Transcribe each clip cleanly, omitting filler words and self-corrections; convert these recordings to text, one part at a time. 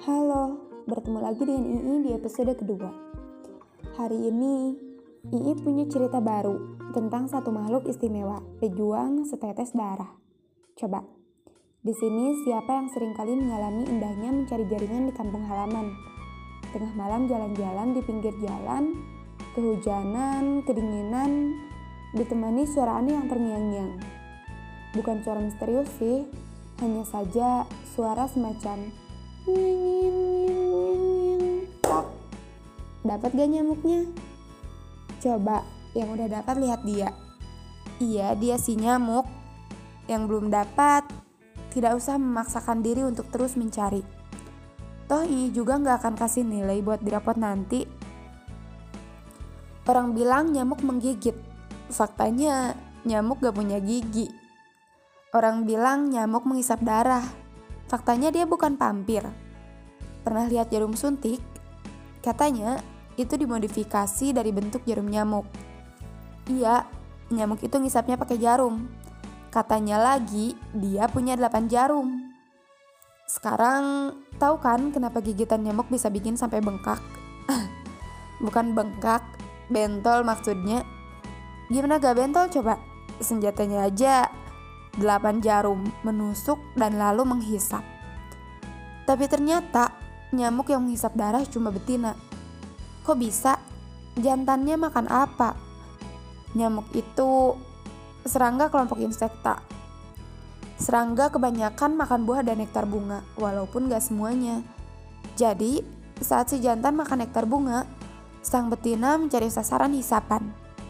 Halo, bertemu lagi dengan Ii di episode kedua. Hari ini, Ii punya cerita baru tentang satu makhluk istimewa, pejuang setetes darah. Coba, di sini siapa yang seringkali mengalami indahnya mencari jaringan di kampung halaman? Tengah malam jalan-jalan di pinggir jalan, kehujanan, kedinginan, ditemani suara aneh yang terngiang-ngiang. Bukan suara misterius sih, hanya saja suara semacam dapat gak nyamuknya? Coba yang udah dapat lihat dia. Iya, dia si nyamuk. Yang belum dapat, tidak usah memaksakan diri untuk terus mencari. Toh ini juga gak akan kasih nilai buat dirapot nanti. Orang bilang nyamuk menggigit. Faktanya nyamuk gak punya gigi. Orang bilang nyamuk menghisap darah. Faktanya dia bukan vampir. Pernah lihat jarum suntik? Katanya itu dimodifikasi dari bentuk jarum nyamuk. Iya, nyamuk itu ngisapnya pakai jarum. Katanya lagi dia punya 8 jarum. Sekarang tahu kan kenapa gigitan nyamuk bisa bikin sampai bengkak? Bukan bengkak, bentol maksudnya. Gimana gak bentol coba? Senjatanya aja 8 jarum menusuk dan lalu menghisap. Tapi ternyata nyamuk yang menghisap darah cuma betina. Kok bisa? Jantannya makan apa? Nyamuk itu serangga kelompok insekta. Serangga kebanyakan makan buah dan nektar bunga, walaupun gak semuanya. Jadi, saat si jantan makan nektar bunga, sang betina mencari sasaran hisapan.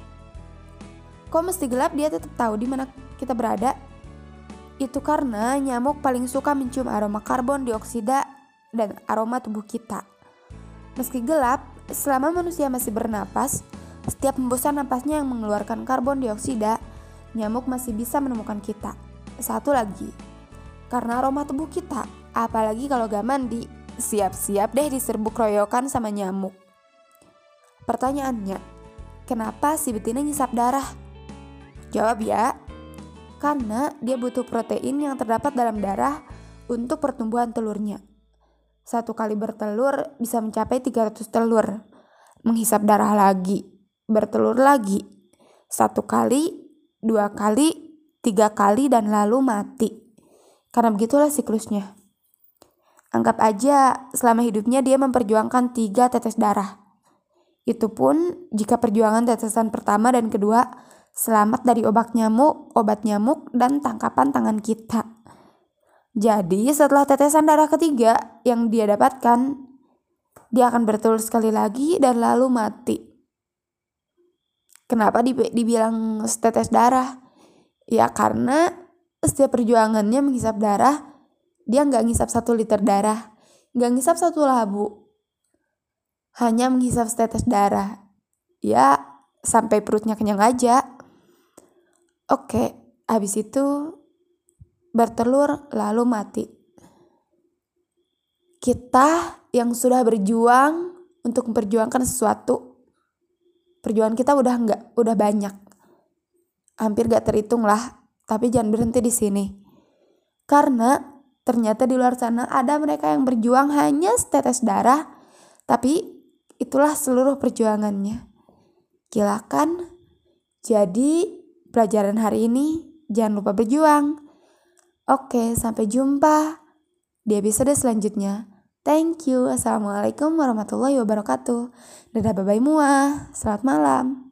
Kok mesti gelap dia tetap tahu di mana kita berada? Itu karena nyamuk paling suka mencium aroma karbon dioksida dan aroma tubuh kita. Meski gelap, selama manusia masih bernapas, setiap hembusan napasnya yang mengeluarkan karbon dioksida, nyamuk masih bisa menemukan kita. Satu lagi, karena aroma tubuh kita, apalagi kalau gak mandi, siap-siap deh diserbu keroyokan sama nyamuk. Pertanyaannya, kenapa si betina ngisap darah? Jawab ya, karena dia butuh protein yang terdapat dalam darah untuk pertumbuhan telurnya. Satu kali bertelur bisa mencapai 300 telur. Menghisap darah lagi, bertelur lagi. 1 kali, 2 kali, 3 kali dan lalu mati. Karena begitulah siklusnya. Anggap aja selama hidupnya dia memperjuangkan 3 tetes darah. Itu pun jika perjuangan tetesan pertama dan kedua selamat dari obat nyamuk dan tangkapan tangan kita. Jadi setelah tetesan darah ketiga yang dia dapatkan, dia akan bertelur sekali lagi dan lalu mati. Kenapa dibilang setetes darah? Ya karena setiap perjuangannya menghisap darah, dia gak ngisap 1 liter darah, gak ngisap 1 labu. Hanya menghisap setetes darah. Ya sampai perutnya kenyang aja. Oke, habis itu bertelur lalu mati. Kita yang sudah berjuang untuk memperjuangkan sesuatu, perjuangan kita udah banyak. Hampir gak terhitung lah, tapi jangan berhenti di sini. Karena ternyata di luar sana ada mereka yang berjuang hanya setetes darah, tapi itulah seluruh perjuangannya. Gila kan? Jadi pelajaran hari ini jangan lupa berjuang. Oke, sampai jumpa di episode selanjutnya. Thank you. Assalamualaikum warahmatullahi wabarakatuh. Dadah bye-bye muah. Selamat malam.